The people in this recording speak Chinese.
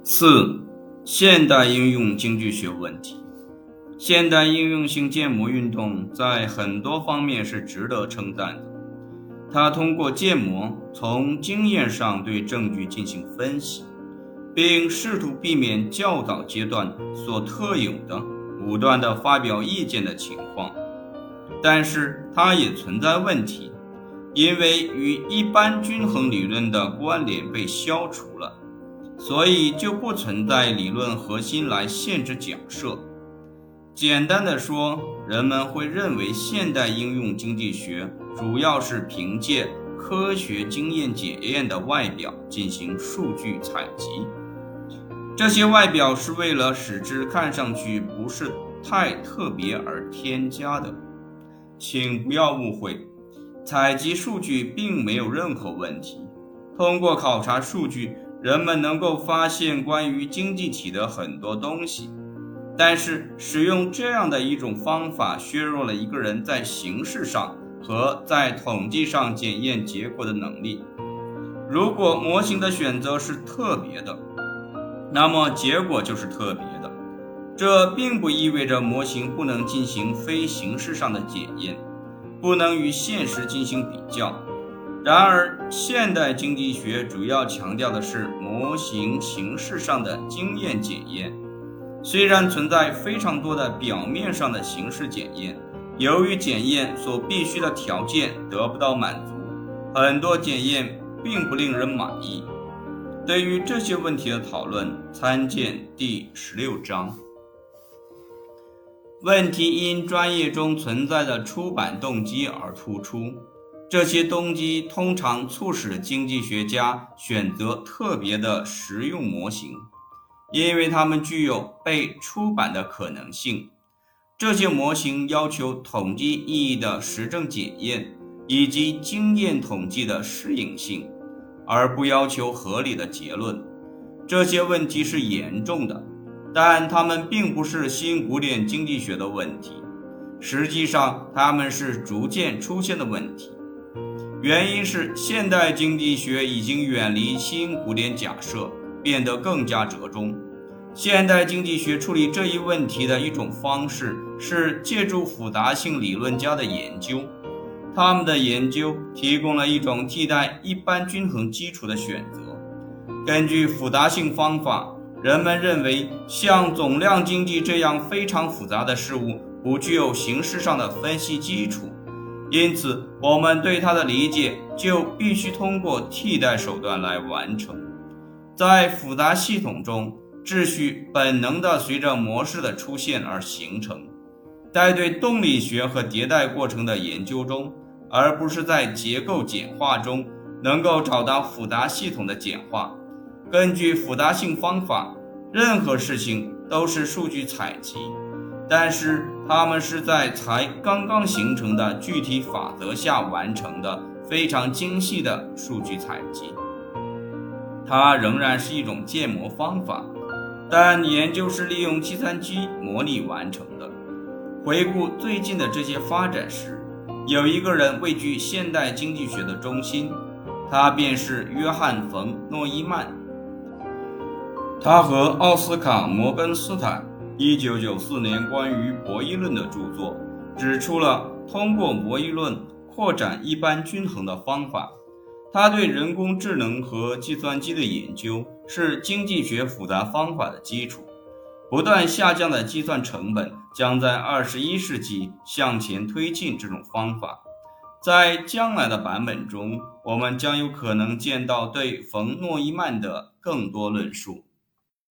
四、现代应用经济学问题。现代应用性建模运动在很多方面是值得称赞的。它通过建模从经验上对证据进行分析，并试图避免较早阶段所特有的武断地发表意见的情况。但是它也存在问题，因为与一般均衡理论的关联被消除了，所以就不存在理论核心来限制假设。简单的说，人们会认为现代应用经济学主要是凭借科学经验检验的外表进行数据采集，这些外表是为了使之看上去不是太特别而添加的。请不要误会，采集数据并没有任何问题。通过考察数据，人们能够发现关于经济体的很多东西，但是使用这样的一种方法削弱了一个人在形式上和在统计上检验结果的能力。如果模型的选择是特别的，那么结果就是特别的。这并不意味着模型不能进行非形式上的检验，不能与现实进行比较。然而，现代经济学主要强调的是模型形式上的经验检验。虽然存在非常多的表面上的形式检验，由于检验所必须的条件得不到满足，很多检验并不令人满意。对于这些问题的讨论，参见第16章。问题因专业中存在的出版动机而突出，这些动机通常促使经济学家选择特别的实用模型，因为它们具有被出版的可能性。这些模型要求统计意义的实证检验以及经验统计的适应性，而不要求合理的结论。这些问题是严重的，但它们并不是新古典经济学的问题，实际上它们是逐渐出现的问题。原因是现代经济学已经远离新古典假设，变得更加折中。现代经济学处理这一问题的一种方式是借助复杂性理论家的研究，他们的研究提供了一种替代一般均衡基础的选择。根据复杂性方法，人们认为像总量经济这样非常复杂的事物不具有形式上的分析基础，因此我们对它的理解就必须通过替代手段来完成。在复杂系统中，秩序本能地随着模式的出现而形成，在对动力学和迭代过程的研究中，而不是在结构简化中能够找到复杂系统的简化。根据复杂性方法，任何事情都是数据采集，但是它们是在才刚刚形成的具体法则下完成的非常精细的数据采集。它仍然是一种建模方法，但研究是利用计算机模拟完成的。回顾最近的这些发展时，有一个人位居现代经济学的中心，他便是约翰·冯·诺依曼。他和奥斯卡·摩根斯坦1994年关于博弈论的著作指出了通过博弈论扩展一般均衡的方法。他对人工智能和计算机的研究是经济学复杂方法的基础。不断下降的计算成本将在21世纪向前推进这种方法。在将来的版本中，我们将有可能见到对冯·诺依曼的更多论述。